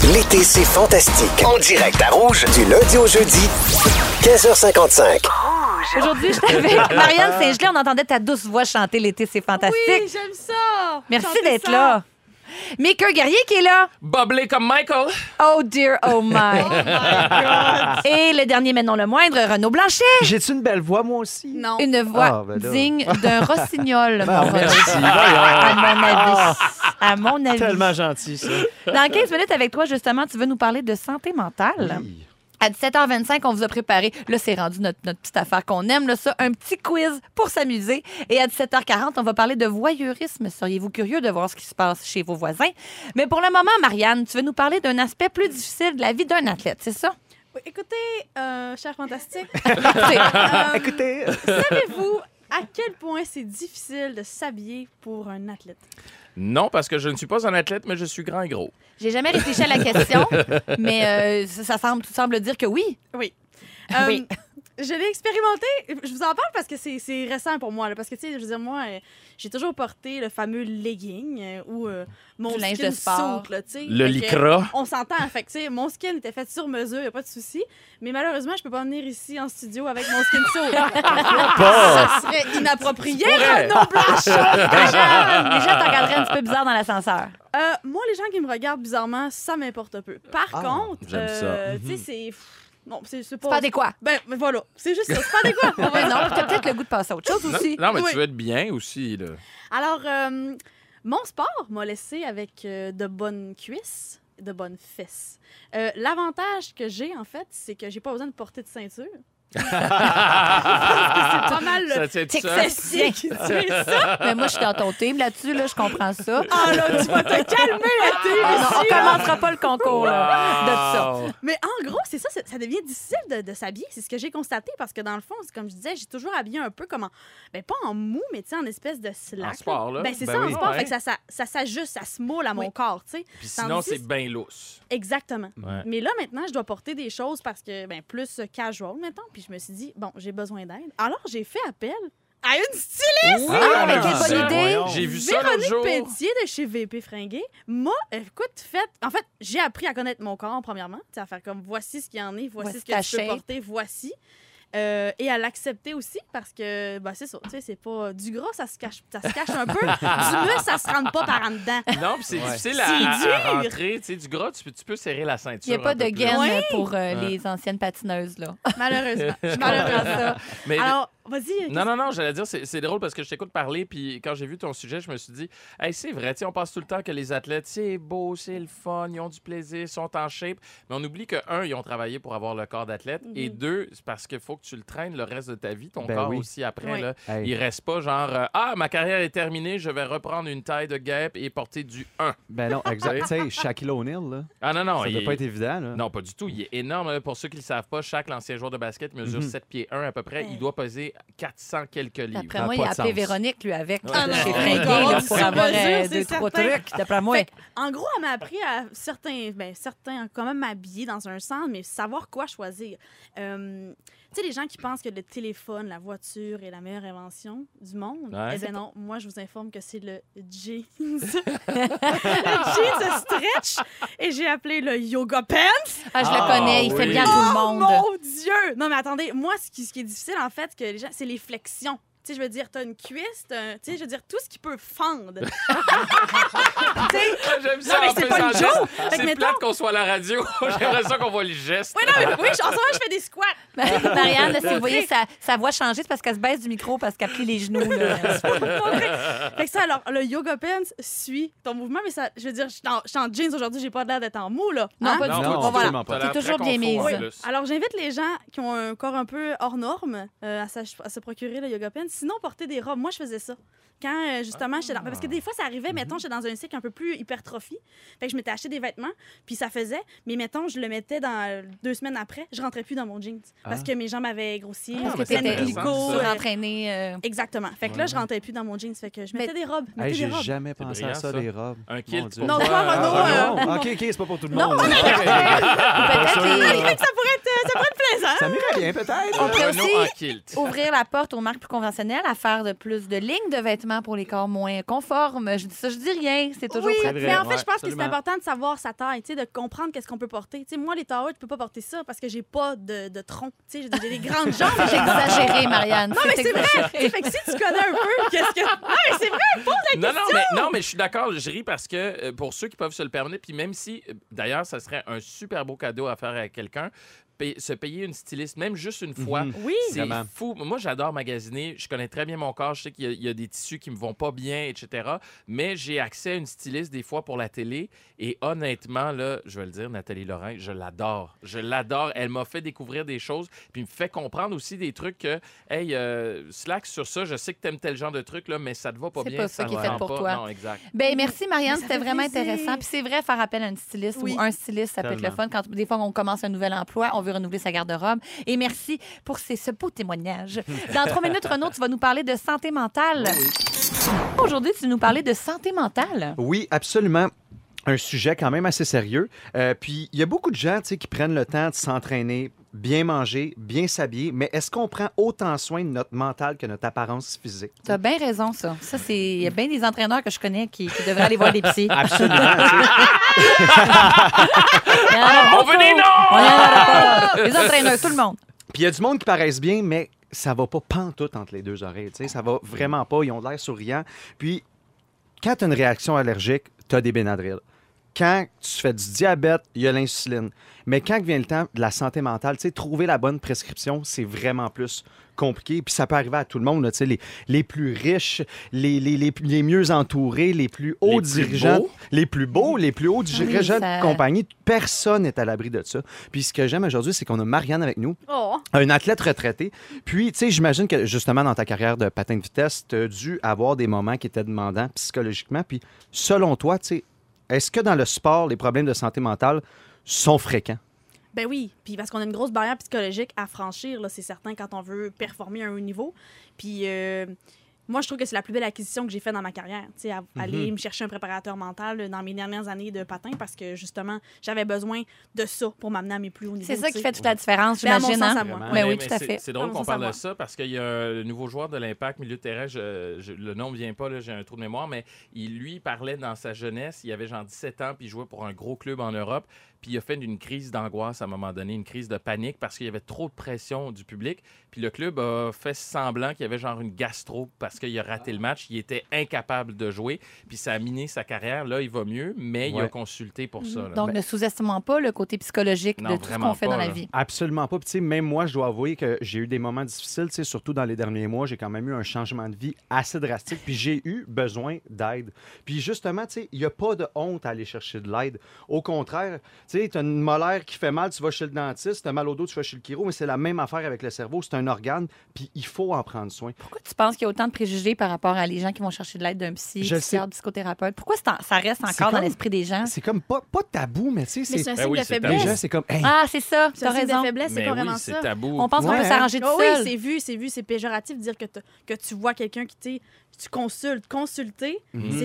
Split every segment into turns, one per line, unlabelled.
L'été, c'est fantastique. En direct à Rouge, du lundi au jeudi, 15h55.
Aujourd'hui, je suis avec Marianne Saint-Gelais. On entendait ta douce voix chanter L'été, c'est fantastique.
Oui, j'aime ça.
Merci
Chantez
d'être
ça.
là. Maker Guerrier qui est là.
Boblé comme Michael.
Oh dear, oh my. Et le dernier, mais non le moindre, Renaud Blanchet.
J'ai-tu une belle voix, moi aussi?
Non.
Une voix
ben là.
digne d'un rossignol, mon Renaud.
Merci.
À mon avis. À mon avis.
Tellement gentil, ça.
Dans 15 minutes avec toi, justement, tu veux nous parler de santé mentale.
Oui.
À 17h25, on vous a préparé, là, c'est rendu notre petite affaire qu'on aime, là, ça, un petit quiz pour s'amuser. Et à 17h40, on va parler de voyeurisme. Seriez-vous curieux de voir ce qui se passe chez vos voisins? Mais pour le moment, Marianne, tu veux nous parler d'un aspect plus difficile de la vie d'un athlète, c'est ça?
Oui, écoutez, cher fantastique,
Écoutez,
savez-vous à quel point c'est difficile de s'habiller pour un athlète?
Non, parce que je ne suis pas un athlète, mais je suis grand et gros.
J'ai jamais réfléchi à la question, mais ça semble dire que oui.
Oui.
Oui.
Je l'ai expérimenté. Je vous en parle parce que c'est récent pour moi. Là, parce que, tu sais, je veux dire, moi, j'ai toujours porté le fameux legging ou mon
Du linge
skin
de sport.
suit, là, tu sais.
Le
Fait que,
lycra.
On s'entend. Fait que, tu sais, mon skin était fait sur mesure, y a pas de souci. Mais malheureusement, je peux pas venir ici en studio avec mon skin suit. Ça serait inapproprié,
pourrais.
non Blanchard.
Les gens te regarderaient un petit peu bizarre dans l'ascenseur.
Moi, les gens qui me regardent bizarrement, ça m'importe peu. Par contre,
j'aime ça.
tu sais, c'est... Non, c'est
C'est pas adéquat.
Ben, mais voilà. C'est juste ça. C'est pas adéquat. On va
Mais
dire.
non, t'as peut-être le goût de passer à autre chose
Non,
aussi.
non, mais
Oui.
tu veux être bien aussi, là.
Alors, mon sport m'a laissé avec de bonnes cuisses, de bonnes fesses. L'avantage que j'ai, en fait, c'est que j'ai pas besoin de porter de ceinture. Parce que c'est pas mal
Ça
le
tient tout
Texasien.
qui dit ça.
Mais moi, je suis dans ton team là-dessus, là, je comprends ça.
Ah là, tu vas te calmer la télé.
Ah non, on commencera pas le concours là, de ça.
Wow.
Mais en gros, c'est ça, ça devient difficile de s'habiller. C'est ce que j'ai constaté parce que dans le fond, c'est comme je disais, j'ai toujours habillé un peu comme en... Ben, pas en mou, mais tu sais, en espèce de slack.
En sport, là.
Ben, c'est
Ben
ça,
oui.
en sport.
Ouais.
Fait que ça s'ajuste, ça se moule à mon corps, tu sais.
Puis sinon,
Tandis-
c'est bien lousse.
Exactement.
Ouais.
Mais là, maintenant, je dois porter des choses parce que, ben, plus casual, maintenant. Puis je me suis dit, bon, j'ai besoin d'aide. Alors, j'ai fait appel à une styliste!
Oui,
Ah,
on
mais
a
quelle
vu
bonne
ça.
idée!
Voyons.
J'ai vu ça l'autre
Véronique
jour.
Pelletier de chez VP Fringué m'a, écoute, en fait, j'ai appris à connaître mon corps, premièrement. Tu sais, à faire comme, voici ce qu'il y en est, voici
Voici
ce que
ta
tu peux
shape.
porter, voici. Et à l'accepter aussi parce que, ben, c'est ça, tu sais, c'est pas du gras, ça se cache un peu. Du muscle, ça se rentre pas par en dedans.
Non, puis c'est difficile
C'est
à
dur.
rentrer. Tu sais, du gras, tu peux serrer la ceinture.
Il n'y a pas
un peu
de
plus.
gaine
Oui.
pour les anciennes patineuses, là.
Malheureusement. Malheureusement.
Mais
Alors, vas-y.
non, j'allais dire, c'est drôle parce que je t'écoute parler, puis quand j'ai vu ton sujet, je me suis dit, hey, c'est vrai, tu sais, on pense tout le temps que les athlètes, c'est beau, c'est le fun, ils ont du plaisir, ils sont en shape, mais on oublie que, un, ils ont travaillé pour avoir le corps d'athlète, et deux, c'est parce qu'il faut que tu le traînes le reste de ta vie, ton
Ben
corps
oui.
aussi après.
Oui.
Là.
Hey.
Il reste pas genre, ma carrière est terminée, je vais reprendre une taille de guêpe et porter du 1.
Ben non, exact. Tu sais, Shaquille O'Neal, là,
Ah non,
ça
il
doit
est-
pas être évident, là.
Non, pas du tout. Il est énorme. Là. Pour ceux qui ne le savent pas, chaque l'ancien joueur de basket mesure 7 pieds 1 à peu près. Il doit peser 400 quelques livres.
D'après
Ça a
moi,
pas
il a
de
appelé
sens.
Véronique, lui, avec.
Ah non,
chez
oh
Fringué,
my
là,
God,
pour
sur
avoir
mesure,
deux,
c'est
trois
certain.
trucs, d'après moi.
Fait en gros, elle m'a appris à certains, quand même m'habiller dans un sens, mais savoir quoi choisir. Tu sais, les gens qui pensent que le téléphone, la voiture est la meilleure invention du monde,
Ouais.
eh bien non, moi, je vous informe que c'est le jeans. Le jeans stretch, et j'ai appelé le yoga pants.
Ah, je le connais, il fait
oui.
bien à tout le monde.
Mon Dieu! Non, mais attendez, moi, ce qui est difficile, en fait, que les gens, c'est les flexions. Tu sais, je veux dire, t'as une cuisse, tu sais, je veux dire, tout ce qui peut fendre. Tu sais,
J'aime ça.
Non, mais
en
c'est
faisant
pas une
le
joke.
geste.
Fait que
C'est
mettons-
plate qu'on soit à la radio. J'aimerais ça qu'on voit le geste.
oui, non, mais oui, en ce moment, je fais des squats.
Marianne, là, si vous voyez sa voix changer, c'est parce qu'elle se baisse du micro parce qu'elle plie les genoux. Là.
Fait que ça, alors, le yoga pants suit ton mouvement, mais ça, je veux dire, je suis en jeans aujourd'hui, j'ai pas l'air d'être en mou, là.
Non,
Hein?
pas du
Non,
tout.
Non,
Bon, voilà.
absolument pas.
T'as l'air
T'es toujours
très
bien
confort,
mise.
en plus.
Alors, j'invite les gens qui ont un corps un peu hors norme à se procurer le yoga pants. Sinon, porter des robes. Moi, je faisais ça. Quand, justement, j'étais dans... Parce que des fois, ça arrivait, mettons, j'étais dans un cycle un peu plus hypertrophie. Fait que je m'étais acheté des vêtements, puis ça faisait. Mais mettons, je le mettais dans 2 semaines après, je rentrais plus dans mon jeans. Parce que mes jambes avaient grossi.
Parce que
mais c'est
t'étais
intéressant, ça.
surentraînée.
Exactement. Fait que là, je rentrais plus dans mon jeans. Fait que je mettais des robes.
Hey, j'ai
des robes.
jamais pensé
brillant,
à ça,
ça.
des robes.
Un kilt
Mon Dieu.
pour
Non, toi, Renaud,
Ah, non. OK, c'est pas pour tout le monde.
Peut-être les...
Ça pourrait être
Ça m'irait bien, peut-être.
On peut
Renaud
aussi
en kilt.
ouvrir la porte aux marques plus conventionnelles à faire de plus de lignes de vêtements pour les corps moins conformes. Je dis ça, je dis rien. C'est toujours
Oui,
très
vrai.
mais en fait,
Ouais,
je pense que c'est
absolument.
important de savoir sa taille, tu sais, de comprendre qu'est-ce qu'on peut porter. Tu sais, moi, les tailles, je peux pas porter ça parce que j'ai pas de tronc. Tu sais, j'ai des grandes jambes.
J'ai exagéré, Marianne.
Non, mais c'est vrai. Tu sais, fait que si tu connais un peu, qu'est-ce que. Non, mais c'est vrai.
Non, mais je suis d'accord, je ris parce que pour ceux qui peuvent se le permettre, puis même si, d'ailleurs, ça serait un super beau cadeau à faire à quelqu'un, se payer une styliste, même juste une fois,
Oui.
c'est
Vraiment.
fou. Moi, j'adore magasiner. Je connais très bien mon corps. Je sais qu'il y a des tissus qui me vont pas bien, etc. Mais j'ai accès à une styliste des fois pour la télé. Et honnêtement, là, je vais le dire, Nathalie Lorrain, je l'adore. Je l'adore. Elle m'a fait découvrir des choses. Puis me fait comprendre aussi des trucs que, hey, slack sur ça. Je sais que t'aimes tel genre de truc, là, mais ça te va pas
C'est
bien.
pas ça qui est
te
fait
rend
pour
pas.
toi.
Non, exact.
Ben merci Marianne,
Mais ça
c'était
fait
vraiment
plaisir.
intéressant. Puis c'est vrai, faire appel à une styliste
Oui.
ou un styliste, ça peut être le fun. Quand des fois on commence un nouvel emploi, on veut renouveler sa garde-robe. Et merci pour ce beau témoignage. Dans 3 minutes, Renaud, tu vas nous parler de santé mentale. Aujourd'hui, tu nous parlais de santé mentale.
Oui, absolument. Un sujet quand même assez sérieux. Puis, il y a beaucoup de gens tu sais, qui prennent le temps de s'entraîner, bien manger, bien s'habiller, mais est-ce qu'on prend autant soin de notre mental que notre apparence physique?
Tu as bien raison, ça. Ça, c'est. Il y a bien des entraîneurs que je connais qui devraient aller voir des psys.
Absolument. tu sais.
On veut des noms!
Les entraîneurs, tout le monde.
Puis, il y a du monde qui paraissent bien, mais ça va pas pantoute entre les deux oreilles. Tu sais, ça va vraiment pas. Ils ont l'air souriants. Puis, quand tu as une réaction allergique, tu as des Benadryl. Quand tu fais du diabète, il y a l'insuline. Mais quand vient le temps de la santé mentale, tu sais, trouver la bonne prescription, c'est vraiment plus compliqué. Puis ça peut arriver à tout le monde, là, tu sais, les plus riches, les mieux entourés, les plus hauts
plus
dirigeants,
beaux.
les plus beaux, les plus hauts dirigeants
ça-
de compagnie. Personne n'est à l'abri de ça. Puis ce que j'aime aujourd'hui, c'est qu'on a Marianne avec nous,
Oh.
un athlète retraité. Puis, tu sais, j'imagine que justement, dans ta carrière de patin de vitesse, tu as dû avoir des moments qui étaient demandants psychologiquement. Puis, selon toi, tu sais, est-ce que dans le sport, les problèmes de santé mentale sont fréquents?
Ben oui, puis parce qu'on a une grosse barrière psychologique à franchir, là, c'est certain, quand on veut performer à un haut niveau. Puis moi, je trouve que c'est la plus belle acquisition que j'ai faite dans ma carrière. Tu sais, aller me chercher un préparateur mental dans mes dernières années de patin parce que, justement, j'avais besoin de ça pour m'amener à mes plus hauts niveaux.
C'est ça
tu
qui
sais.
fait toute la différence,
Ben, à mon
j'imagine.
sens,
Hein?
à moi.
Vraiment.
Ben oui,
Mais
tout à fait.
C'est drôle
Ah,
qu'on
ça,
parle
ça
de ça parce qu'il y a un nouveau joueur de l'Impact, milieu de terrain, le nom ne vient pas, là, j'ai un trou de mémoire, mais lui parlait dans sa jeunesse, il avait genre 17 ans, puis il jouait pour un gros club en Europe, puis il a fait une crise d'angoisse à un moment donné, une crise de panique parce qu'il y avait trop de pression du public, puis le club a fait semblant qu'il y avait genre une gastro parce qu'il a raté le match, il était incapable de jouer, puis ça a miné sa carrière, là il va mieux, mais il a
Ouais.
consulté pour ça. là.
Donc, ne sous-estimons pas le côté psychologique
Non,
de tout ce
vraiment
qu'on fait
pas,
dans la
là.
vie.
Absolument pas. Puis, tu sais, même moi, je dois avouer que j'ai eu des moments difficiles, tu sais, surtout dans les derniers mois. J'ai quand même eu un changement de vie assez drastique. Puis, j'ai eu besoin d'aide. Puis, justement, tu sais, il n'y a pas de honte à aller chercher de l'aide. Au contraire, tu sais, tu as une molaire qui fait mal, tu vas chez le dentiste. Tu as mal au dos, tu vas chez le chiro. Mais c'est la même affaire avec le cerveau. C'est un organe. Puis, il faut en prendre soin.
Pourquoi tu penses qu'il y a autant de préjugés par rapport à les gens qui vont chercher de l'aide d'un psy,
Je le
psychiatre, psychothérapeute? Pourquoi ça reste
C'est
encore dans
comme-
l'esprit des gens?
C'est comme pas tabou, mais tu sais,
Mais c'est
c'est.
un
Ben
signe
oui,
de
c'est
Les
faiblesse.
gens, c'est comme. Hey,
Ah, c'est ça,
C'est
t'as
un signe de
raison.
faiblesse, c'est
Mais
pas
oui,
vraiment
c'est
ça.
tabou.
On pense qu'on
Ouais,
peut
hein?
s'arranger tout
Oh oui,
seul.
c'est péjoratif de dire que tu vois quelqu'un qui, tu sais, tu consultes. Consulter,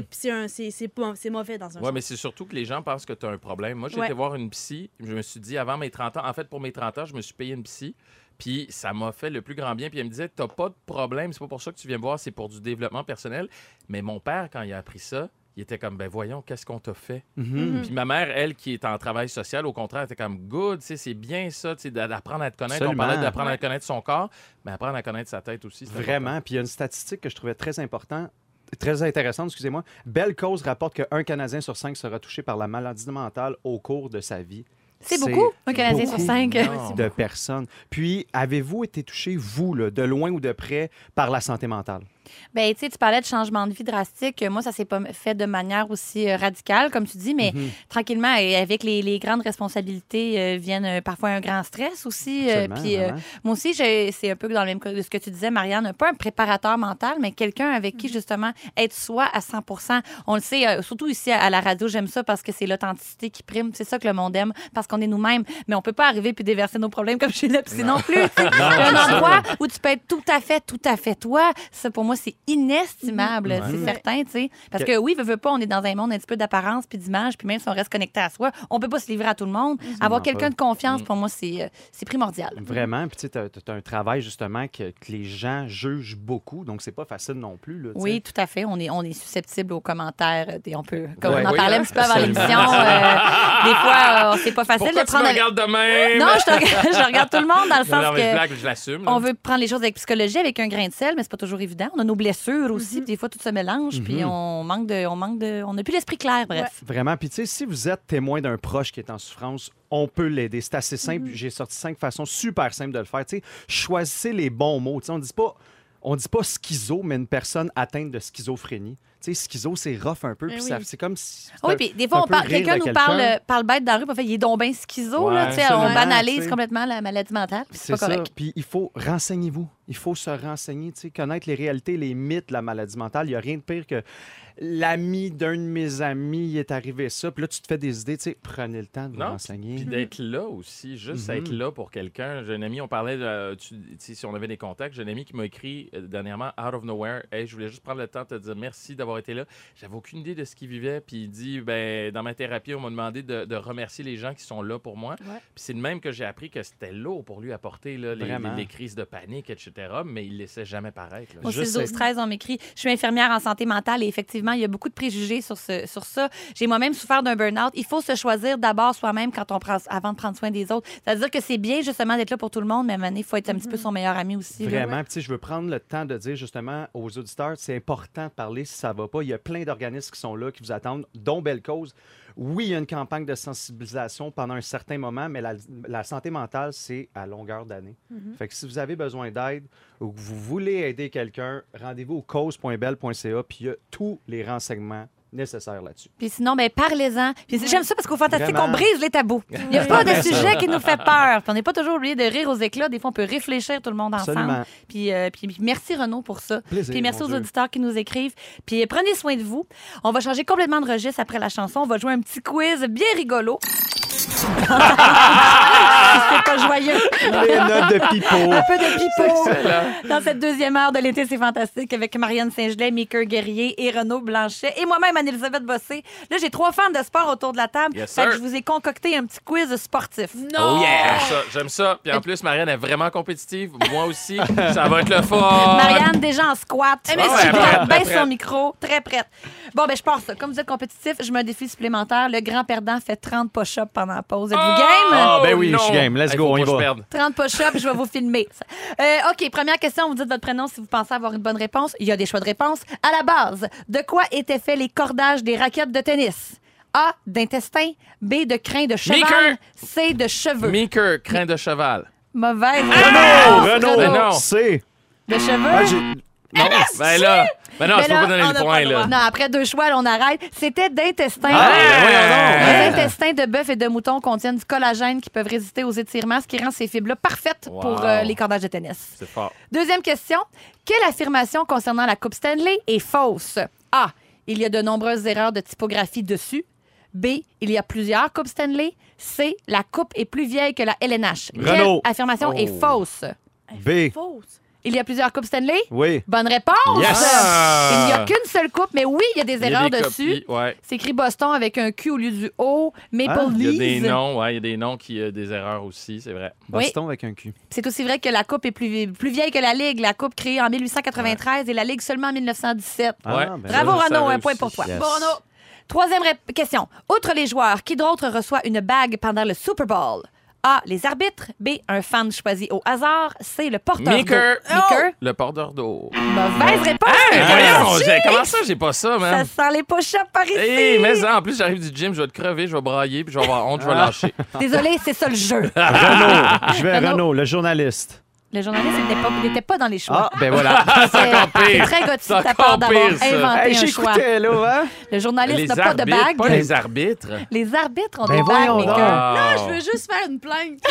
c'est mauvais dans un
Oui,
sens.
mais c'est surtout que les gens pensent que tu as un problème. Moi, j'ai
Ouais.
été voir une psy. Je me suis dit, avant mes 30 ans, en fait, pour mes 30 ans, je me suis payé une psy. Puis ça m'a fait le plus grand bien. Puis elle me disait, t'as pas de problème, c'est pas pour ça que tu viens me voir, c'est pour du développement personnel. Mais mon père, quand il a appris ça, il était comme, ben voyons, qu'est-ce qu'on t'a fait?
Mhm.
Puis ma mère, elle, qui est en travail social, au contraire, était comme, good, tu sais, c'est bien ça, tu sais, d'apprendre à te connaître.
Absolument.
On parlait d'apprendre
Ouais.
à connaître son corps, mais apprendre à connaître sa tête aussi. c'est
Vraiment. Puis il y a une statistique que je trouvais très importante. Très intéressante, excusez-moi. Belle Cause rapporte qu'un Canadien sur 5 sera touché par la maladie mentale au cours de sa vie.
C'est beaucoup, un Canadien sur
beaucoup
5.
Non.
de personnes. Puis, avez-vous été touché, vous, là, de loin ou de près, par la santé mentale?
Ben, tu sais, tu parlais de changement de vie drastique. Moi, ça s'est pas fait de manière aussi radicale, comme tu dis, mais tranquillement, et avec les grandes responsabilités viennent parfois un grand stress aussi.
Absolument,
Puis
vraiment.
moi aussi, c'est un peu dans le même cas de ce que tu disais, Marianne, pas un préparateur mental, mais quelqu'un avec qui, justement, être soi à 100 %. On le sait, surtout ici à la radio, j'aime ça parce que c'est l'authenticité qui prime. C'est ça que le monde aime, parce qu'on est nous-mêmes. Mais on peut pas arriver puis déverser nos problèmes comme chez le psy non plus. tu sais. Il y a un endroit où tu peux être tout à fait toi. Ça, pour moi, c'est inestimable, c'est certain, tu sais. Parce que oui, veut pas, on est dans un monde un petit peu d'apparence puis d'image, puis même si on reste connecté à soi, on peut pas se livrer à tout le monde. Avoir quelqu'un de confiance, pour moi, c'est primordial.
Vraiment. Puis tu sais, tu as un travail, justement, que les gens jugent beaucoup. Donc, c'est pas facile non plus. Là,
oui, tout à fait. On est susceptible aux commentaires. On peut, comme
Ouais.
on en parlait un petit peu avant
Absolument.
l'émission, des fois, c'est pas facile
Pourquoi
de prendre...
tu me regardes de même?
Non, je regarde tout le monde dans le sens
Non, mais je
que...
blague, je l'assume. là.
On veut prendre les choses avec psychologie, avec un grain de sel, mais c'est pas toujours évident. On a nos blessures aussi, puis des fois tout se mélange, puis on n'a plus l'esprit clair, bref.
Vraiment. Puis, tu sais, si vous êtes témoin d'un proche qui est en souffrance, on peut l'aider. C'est assez simple. J'ai sorti 5 façons super simples de le faire. Tu sais, choisissez les bons mots. Tu sais, on dit pas schizo, mais une personne atteinte de schizophrénie. Tu sais, schizo, c'est rough un peu. Puis c'est comme si...
Oui, puis des fois, quelqu'un nous parle bête dans la rue, puis il est donc bien schizo.
Ouais,
là, tu sais,
absolument.
on banalise
T'sais.
complètement la maladie mentale. puis C'est pas
ça.
correct.
Puis il faut renseignez-vous. Il faut se renseigner, tu sais, connaître les réalités, les mythes de la maladie mentale. Il n'y a rien de pire que l'ami d'un de mes amis, il est arrivé ça. Puis là, tu te fais des idées, tu sais, prenez le temps de vous renseigner.
Puis d'être là aussi, juste être là pour quelqu'un. J'ai un ami, on parlait, si on avait des contacts, j'ai un ami qui m'a écrit dernièrement, out of nowhere, hey, je voulais juste prendre le temps de te dire merci d'avoir été là. J'avais aucune idée de ce qu'il vivait. Puis il dit, ben, dans ma thérapie, on m'a demandé de remercier les gens qui sont là pour moi.
Ouais.
Puis c'est de même que j'ai appris que c'était lourd pour lui à porter là, les crises de panique, etc. Mais il ne laissait jamais paraître. Là.
Au 6-12-13, on m'écrit « Je suis infirmière en santé mentale et effectivement, il y a beaucoup de préjugés sur ça. J'ai moi-même souffert d'un burn-out. Il faut se choisir d'abord soi-même avant de prendre soin des autres. C'est-à-dire que c'est bien justement d'être là pour tout le monde, mais à un moment donné, il faut être un petit peu son meilleur ami aussi.
Vraiment.
Là.
Puis, tu sais, je veux prendre le temps de dire justement aux auditeurs, c'est important de parler si ça va pas. Il y a plein d'organismes qui sont là, qui vous attendent, dont Belle Cause. Oui, il y a une campagne de sensibilisation pendant un certain moment, mais la santé mentale, c'est à longueur d'année. Fait que si vous avez besoin d'aide ou que vous voulez aider quelqu'un, rendez-vous au cause.belle.ca, puis il y a tous les renseignements nécessaires là-dessus.
Puis sinon, ben parlez-en. Puis j'aime ça parce qu'au Fantastique,
Vraiment.
on brise les tabous. Il n'y a pas de sujet qui nous fait peur. Puis on n'est pas toujours obligé de rire aux éclats. Des fois, on peut réfléchir tout le monde ensemble.
Absolument.
Puis merci Renaud pour ça.
Plaisir,
Puis merci
mon
aux
Dieu.
auditeurs qui nous écrivent. Puis prenez soin de vous. On va changer complètement de registre après la chanson. On va jouer un petit quiz bien rigolo. C'est pas joyeux.
Les notes de pipeau.
Un peu de pipeau. Dans cette deuxième heure de l'été, c'est fantastique avec Marianne Saint-Gelais, Mika Guerrier et Renaud Blanchet et moi-même, Anne-Élisabeth Bossé. Là, j'ai 3 fans de sport autour de la table.
Yes,
Fait que
sir.
je vous ai concocté un petit quiz sportif.
Non!
Oh yeah! J'aime ça. Puis en plus, Marianne est vraiment compétitive. Moi aussi. Ça va être le fun.
Marianne, déjà en squat.
mais
Oh,
c'est
elle
prête,
baisse
prête.
son micro. Très prête. Bon, ben je pars ça. Comme vous êtes compétitif, je mets un défi supplémentaire. Le grand perdant fait 30 push-ups pendant la pause. Êtes-vous game?
Ah, ben oui,
non.
je suis game. Let's
Hey,
go,
faut
on y
pas que je
va.
perde.
30 push-ups, je vais vous filmer. OK, première question. Vous dites votre prénom si vous pensez avoir une bonne réponse. Il y a des choix de réponse. À la base, de quoi étaient faits les cordages des raquettes de tennis? A, d'intestin. B, de crin de cheval.
Meeker.
C, de cheveux.
Meeker, crin de cheval.
Mauvaise
Renaud,
réponse.
Ben non.
c'est...
De cheveux?
Ah, j'ai-
Ben là. Ben non,
Mais
je peux
là,
pas donner
on
le
n'a
point,
pas le
là.
droit.
Non, après 2 choix, là, on arrête. C'était d'intestin.
Ben voyons donc.
Les intestins de bœuf et de mouton contiennent du collagène qui peuvent résister aux étirements, ce qui rend ces fibres-là parfaites
Wow.
pour les cordages de tennis.
C'est fort.
Deuxième question. Quelle affirmation concernant la Coupe Stanley est fausse? A. Il y a de nombreuses erreurs de typographie dessus. B. Il y a plusieurs Coupes Stanley. C. La coupe est plus vieille que la LNH.
Renaud.
Quelle affirmation est fausse?
B.
Fausse.
Il y a plusieurs Coupes Stanley?
Oui.
Bonne réponse!
Yes!
Il n'y a qu'une seule coupe, mais oui, il y a des
Il y a
erreurs
des
dessus.
copies, ouais.
C'est écrit Boston avec un Q au lieu du O. Maple
Ah,
Il y a
Leafs.
des noms, ouais, il y a des noms qui ont des erreurs aussi, c'est vrai.
Boston avec un cul.
C'est aussi vrai que la coupe est plus vieille que la Ligue. La coupe créée en 1893 et la Ligue seulement en 1917.
Ah,
Ouais.
ben
Bravo,
Ça, je
Renaud,
savais
un point
aussi.
pour toi.
Yes.
Bon, Renaud. Troisième question. Outre les joueurs, qui d'autre reçoit une bague pendant le Super Bowl? A. Les arbitres. B. Un fan choisi au hasard. C. Le porteur
Meeker.
d'eau. Meeker.
Le porteur d'eau.
Mauvaise réponse.
Comment ça, j'ai pas ça,
Ça
man?
sent les push-ups par ici.
Hey, mais ça, en plus, j'arrive du gym, je vais te crever, je vais brailler, puis je vais avoir honte, je vais lâcher.
Désolé, c'est ça le jeu.
Renaud. Je vais à
Renaud.
Renaud, le journaliste.
Le journaliste n'était pas dans les choix.
Ah, ben voilà.
C'est
pire.
très gothique
C'est
de ta part
encore
d'avoir
pire, ça.
inventé
Hey,
un choix.
j'écoutais, là, hein?
Le journaliste
Les
n'a pas de
arbitres,
bague.
pas les arbitres.
Les arbitres ont
Ben
des bagues,
voyons
mais
donc.
que...
Ah.
Je veux juste faire une plainte.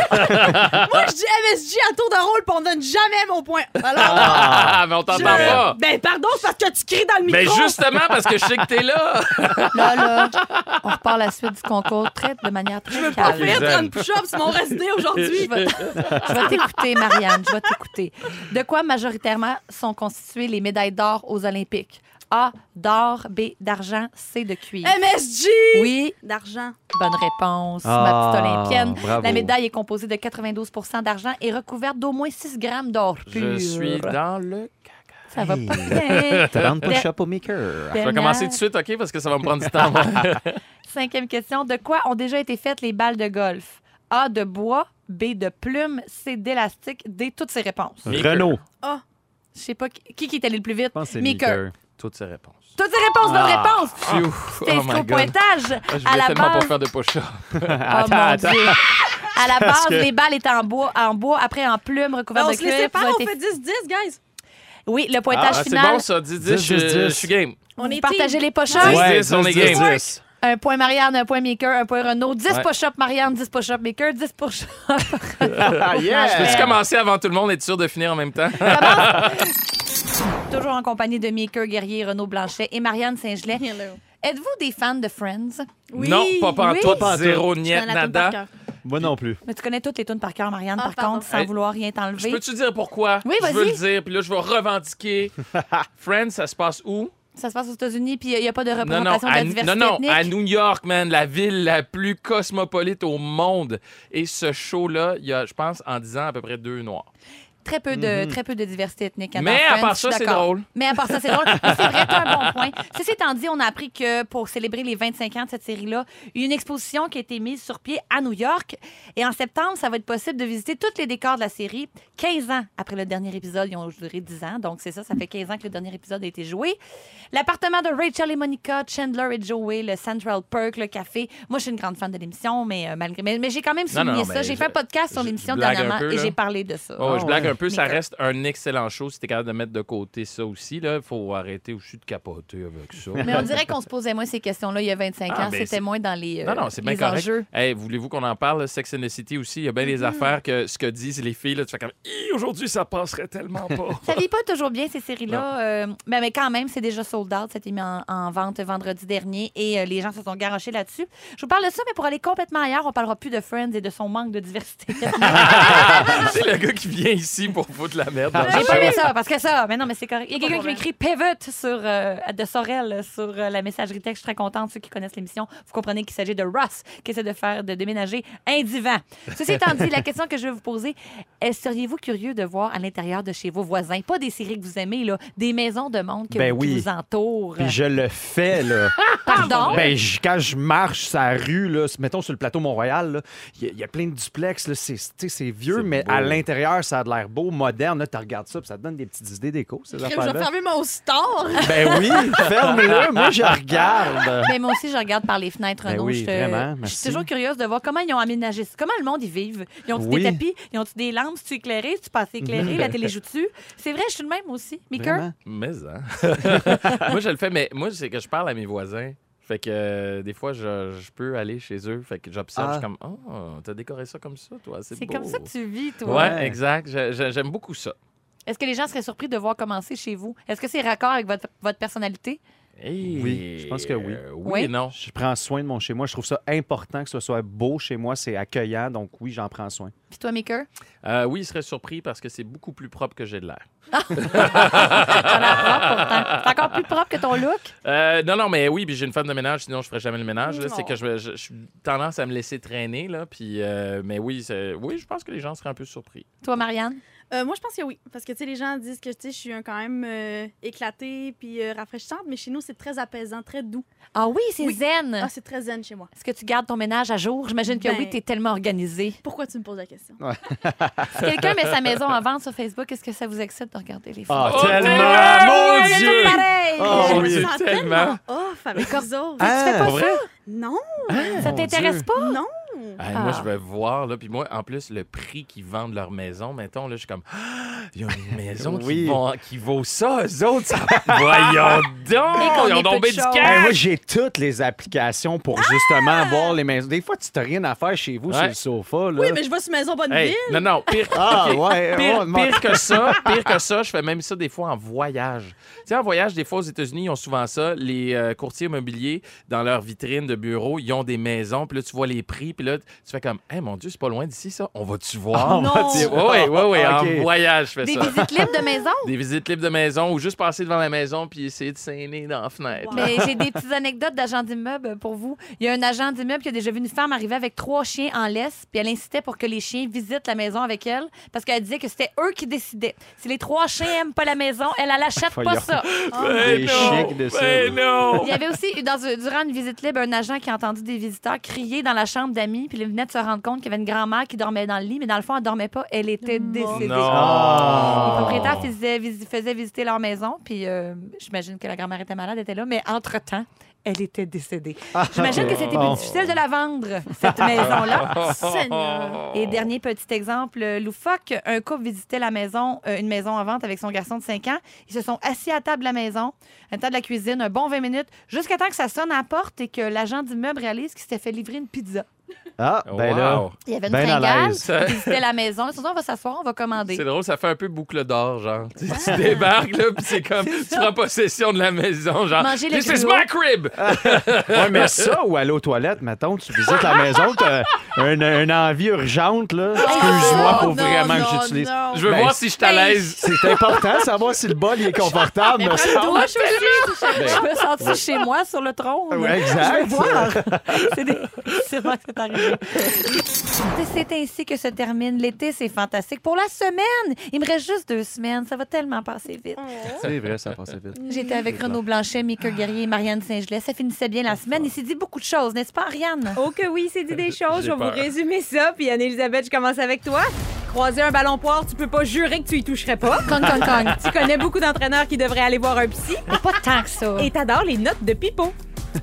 Moi, je dis MSG à tour de rôle, puis on donne jamais mon point. Alors,
Ah, mais on t'entend pas.
ben pardon, c'est parce que tu cries dans le
Mais
micro.
justement, parce que je sais que t'es là.
Là, on repart la suite du concours de manière très
Pas
calme.
faire 30 push-ups, c'est mon reste d'idée aujourd'hui.
Je vais t'écouter, Marianne, je vais t'écouter. De quoi majoritairement sont constituées les médailles d'or aux Olympiques? A, d'or, B, d'argent, C, de cuivre.
MSG!
Oui,
D'argent.
bonne réponse, ma petite olympienne.
Bravo.
La médaille est composée de 92 d'argent et recouverte d'au moins 6 grammes d'or pur.
Je suis dans le caca.
Ça va pas bien.
T'as dans pas shop au maker.
Je vais commencer tout de suite, OK? Parce que ça va me prendre du temps. moi.
5e question. De quoi ont déjà été faites les balles de golf? A, de bois, B, de plumes, C, d'élastique, D, toutes ces réponses.
Renault.
Je sais pas qui est allé le plus vite.
Je pense que c'est
Meeker.
Meeker.
Toutes ces réponses.
Toutes ces réponses, bonne réponse!
Phew.
C'était
Oh my
au
God.
pointage.
Je
À
voulais
la
tellement pas
base,
faire de push-up.
oh mon Dieu. À la base, les balles étaient en bois, après en plumes recouvertes
On
de
se les
cuivre.
sépare,
Ils ont
on
été-
fait 10-10, guys.
Oui, le pointage
C'est
final.
bon, ça. 10-10,
10,
je suis game.
On
Vous
est
partagez
team.
les push-ups.
Ouais. 10, on est game.
10.
Un point Marianne, un point Maker, un point Renaud. 10
Ouais.
push-ups Marianne, 10 push-ups Maker, 10 push-ups.
Ah, yeah!
Peux-tu commencer avant tout le monde et être sûr de finir en même temps?
Toujours en compagnie de Maker, Guerrier, Renaud Blanchet et Marianne Saint-Gelais.
Hello.
Êtes-vous des fans de Friends?
Oui.
Non, pas pantoute.
Oui.
Zéro,
Je
niet,
connais la tune par
nada.
cœur.
Moi non plus.
Mais tu connais toutes les tunes par cœur, Marianne,
Ah,
par
pardon.
contre, sans
Hey,
vouloir rien
Je
t'enlever.
peux-tu dire pourquoi?
Oui,
Je veux
vas-y.
le dire, puis là, je vais revendiquer. Friends, ça se passe où?
Ça se passe aux États-Unis, puis il n'y a pas de
Non,
représentation de la diversité
non,
ethnique.
à New York, man, la ville la plus cosmopolite au monde. Et ce show-là, il y a, je pense, en 10 ans, à peu près 2 Noirs.
Très peu de diversité ethnique. dans
Mais à
Friends,
part
je suis
ça, c'est
d'accord.
drôle.
Mais à part ça, c'est drôle. Mais c'est vrai, t'as un bon point. Ceci étant dit, on a appris que pour célébrer les 25 ans de cette série-là, il y a une exposition qui a été mise sur pied à New York. Et en septembre, ça va être possible de visiter tous les décors de la série. 15 ans après le dernier épisode, ils ont duré 10 ans. Donc, c'est ça, ça fait 15 ans que le dernier épisode a été joué. L'appartement de Rachel et Monica, Chandler et Joey, le Central Perk, le café. Moi, je suis une grande fan de l'émission, mais malgré... Mais j'ai quand même souligné
non,
ça.
mais
J'ai fait un podcast sur
je
l'émission
blague un
dernièrement
peu,
et
là.
j'ai parlé de ça.
Oh, je blague un peu, ça
Nickel.
reste un excellent show si t'es capable de mettre de côté ça aussi. Il faut arrêter aussi de capoter avec ça.
Mais on dirait qu'on se posait moins ces questions-là il y a 25
Ah,
ans.
ben,
C'était
c'est-
moins dans les,
Non, c'est bien
les
correct.
enjeux.
Hey, voulez-vous qu'on en parle? Sex and the City aussi, il y a bien des affaires que ce que disent les filles. Là, tu fais comme, aujourd'hui, ça passerait tellement pas.
Ça vit pas toujours bien, ces séries-là. Mais quand même, c'est déjà sold out. C'était mis en vente vendredi dernier et les gens se sont garochés là-dessus. Je vous parle de ça, mais pour aller complètement ailleurs, on parlera plus de Friends et de son manque de diversité.
C'est le gars qui vient ici pour foutre la merde dans le
J'ai
show.
pas aimé ça, parce que ça, mais non, mais c'est correct. Il y a
Pas de
quelqu'un qui
problème.
m'écrit Pivot de Sorel sur la messagerie texte. Je suis très contente, ceux qui connaissent l'émission. Vous comprenez qu'il s'agit de Ross qui essaie de déménager un divan. Ceci étant dit, la question que je vais vous poser, seriez-vous curieux de voir à l'intérieur de chez vos voisins, pas des séries que vous aimez, là, des maisons de monde
Ben
qui
oui.
vous entourent?
Puis je le fais, là.
Pardon?
Ben, quand je marche sur la rue, là, mettons sur le plateau Mont-Royal, il y a plein de duplex. Là, c'est vieux,
C'est
mais
beau.
à l'intérieur, ça a de l'air beau, moderne. Là, tu regardes ça, puis ça te donne des petites idées déco, ces
Je vais
affaires-là.
fermer mon store.
Ben oui, ferme-le. Moi, je regarde.
Mais moi aussi, je regarde par les fenêtres,
Ben
Renaud.
oui, vraiment,
Je
merci.
suis toujours curieuse de voir comment ils ont aménagé ça. Comment le monde y vivent. Ils ont-tu
Oui.
des tapis? Ils ont-tu des lampes? Tu éclairé? Tu pas assez éclairé? La télé joue dessus? C'est vrai, je suis le même aussi. Mika?
Vraiment.
Mais, hein. Moi, je le fais, mais moi, c'est que je parle à mes voisins. Fait que des fois, je peux aller chez eux. Fait que j'observe, je suis comme, oh, t'as décoré ça comme ça, toi, c'est
C'est
beau.
comme ça que tu vis, toi.
Ouais, exact. J'aime beaucoup ça.
Est-ce que les gens seraient surpris de voir commencer chez vous? Est-ce que c'est raccord avec votre personnalité?
Hey,
Oui, je pense que oui.
Oui
Oui.
et non.
Je prends soin de mon chez moi. Je trouve ça important que ce soit beau chez moi. C'est accueillant, donc oui, j'en prends soin.
Puis toi, Maker?
Oui, il serait surpris parce que c'est beaucoup plus propre que j'ai de l'air.
T'as l'air propre, pourtant. C'est encore plus propre que ton look?
Non, mais oui, puis j'ai une femme de ménage, sinon je ferais jamais le ménage. là.
Non.
C'est que je suis tendance à me laisser traîner, là. Puis, mais oui, oui, je pense que les gens seraient un peu surpris.
Toi, Marianne?
Moi, je pense que oui. Parce que, tu sais, les gens disent que, tu sais, je suis quand même éclatée puis rafraîchissante, mais chez nous, c'est très apaisant, très doux.
Ah oui, c'est
Oui.
zen.
Ah, c'est très zen chez moi.
Est-ce que tu gardes ton ménage à jour? J'imagine que
Ben-
oui, t'es tellement organisé.
Pourquoi tu me poses la question?
Si quelqu'un met sa maison en vente sur Facebook, est-ce que ça vous excite de regarder les
Ah,
photos?
tellement!
tellement!
Mon
C'est
Dieu!
pareil!
Oh,
Je
oui.
me
C'est
sens
tellement.
off avec vous autres.
Ah,
Tu fais pas
pour vrai?
ça?
Non,
Ça
Mon
t'intéresse
Dieu.
pas?
non.
Moi,
Ah.
je vais voir, là. Puis moi, en plus, le prix qu'ils vendent leur maison, mettons, là, je suis comme, Ils ont une maison
Oui.
qui vaut ça, eux autres. Voyons donc! Ils ont tombé du
choses.
Hey, moi,
cash!
j'ai toutes les applications pour justement voir les maisons. Des fois, tu n'as rien à faire chez vous sur
Ouais.
le sofa. Là.
Oui, mais je vais sur Maison Bonneville.
Hey, non, pire,
Ah,
ok,
ouais,
pire que ça, je fais même ça des fois en voyage. Tu sais, en voyage, des fois aux États-Unis, ils ont souvent ça. Les courtiers immobiliers, dans leur vitrine de bureau, ils ont des maisons, puis là, tu vois les prix, puis là, tu fais comme, hey, mon Dieu, c'est pas loin d'ici, ça. On va-tu voir?
On va-tu voir?
Oui,
Ok.
en voyage, je fais
Des
ça.
visites libres de maison?
Des visites libres de maison ou juste passer devant la maison puis essayer de saigner dans la fenêtre.
Wow.
Mais j'ai des petites anecdotes d'agents d'immeuble pour vous. Il y a un agent d'immeuble qui a déjà vu une femme arriver avec 3 chiens en laisse, puis elle incitait pour que les chiens visitent la maison avec elle, parce qu'elle disait que c'était eux qui décidaient. Si les 3 chiens aiment pas la maison, elle achète pas
Voyons.
ça.
Des chiens qui décident.
non!
Il y avait aussi, durant une visite libre, un agent qui a entendu des visiteurs crier dans la chambre d'amis, puis il venait de se rendre compte qu'il y avait une grand-mère qui dormait dans le lit, mais dans le fond, elle dormait pas, elle était décédée.
Non!
Les propriétaires faisaient visiter leur maison, puis j'imagine que la grand-mère était malade, était là, mais entre-temps, elle était décédée. J'imagine que c'était plus difficile de la vendre, cette maison-là.
Seigneur.
Et dernier petit exemple loufoque, un couple visitait une maison en vente avec son garçon de 5 ans. Ils se sont assis à table de la maison, à table de la cuisine, un bon 20 minutes, jusqu'à temps que ça sonne à la porte et que l'agent d'immeuble réalise qu'il s'était fait livrer une pizza.
Ah, ben là.
Wow.
Il y avait une
Ben à
fringale,
l'aise.
ils visitaient la maison. Ils se sont dit, on va s'asseoir, on va commander.
C'est drôle, ça fait un peu boucle d'or, genre. Tu débarques, là, puis c'est comme, tu prends possession de la maison, genre.
Manger le
This is
gruau.
my crib!
Ouais, mais ça, ou aller aux toilettes, mettons, tu visites la maison, t'as une envie urgente, là. Excuse-moi, faut
Non,
vraiment
non,
que j'utilise.
non.
Je veux
Ben,
voir si je suis à l'aise.
C'est important de savoir si le bol il est confortable. me semble.
Douche aussi.
Je me sentis chez moi sur le trône.
Ouais, exact.
Je veux voir. C'est vrai que c'est arrivé. C'est ainsi que se termine l'été. C'est fantastique. Pour la semaine, il me reste juste 2 semaines. Ça va tellement passer vite.
C'est vrai, ça passe vite.
J'étais avec Renaud Blanchet, Mika Guerrier et Marianne Saint-Gelais. Ça finissait bien la semaine. Il s'est dit beaucoup de choses, n'est-ce pas, Ariane?
Oh que oui, c'est dit des choses.
J'ai
Je vais vous
peur.
résumer ça. Puis Anne-Elisabeth, je commence avec toi. Croiser un ballon poire, tu peux pas jurer que tu y toucherais pas.
Cong, cong, cong.
Tu connais beaucoup d'entraîneurs qui devraient aller voir un psy.
Mais pas tant que ça.
Et t'adores les notes de Pipo.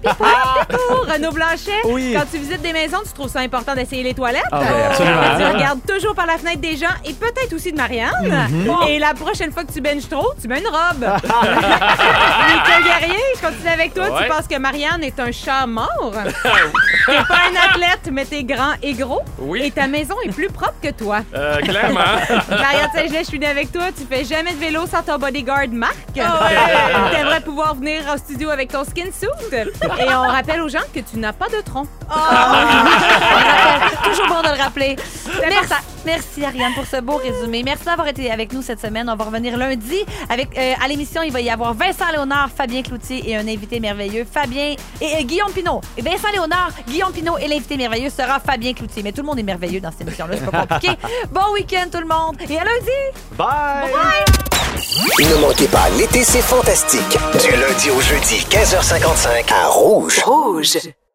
Pipo! Renaud Blanchet,
Oui.
quand tu visites des maisons, tu trouves ça important d'essayer les toilettes?
Ah, ben, absolument.
Tu regardes toujours par la fenêtre des gens et peut-être aussi de Marianne. Et la prochaine fois que tu benches trop, tu mets une robe. Mika Guerrier, je continue avec toi.
Ouais.
Tu penses que Marianne est un chat mort? T'es pas un athlète, mais t'es grand et gros.
Oui.
Et ta maison est plus propre que toi.
Clairement.
Marianne Saint-Gelais, je suis née avec toi. Tu fais jamais de vélo sans ton bodyguard Marc. T'aimerais pouvoir venir au studio avec ton skin suit. Et on rappelle aux gens que tu n'as pas de tronc.
Toujours bon de le rappeler. Merci,
important.
merci Ariane pour ce beau résumé. Merci d'avoir été avec nous cette semaine. On va revenir lundi avec à l'émission. Il va y avoir Vincent Léonard, Fabien Cloutier et un invité merveilleux, Fabien et Guillaume Pinault. Et Vincent Léonard, Guillaume Pinault et l'invité merveilleux sera Fabien Cloutier. Mais tout le monde est merveilleux dans cette émission-là. C'est pas compliqué. Bon week-end tout le monde et à lundi.
Bye!
Ne manquez pas, l'été, c'est fantastique. Du lundi au jeudi, 15h55 à Rouge.
Rouge.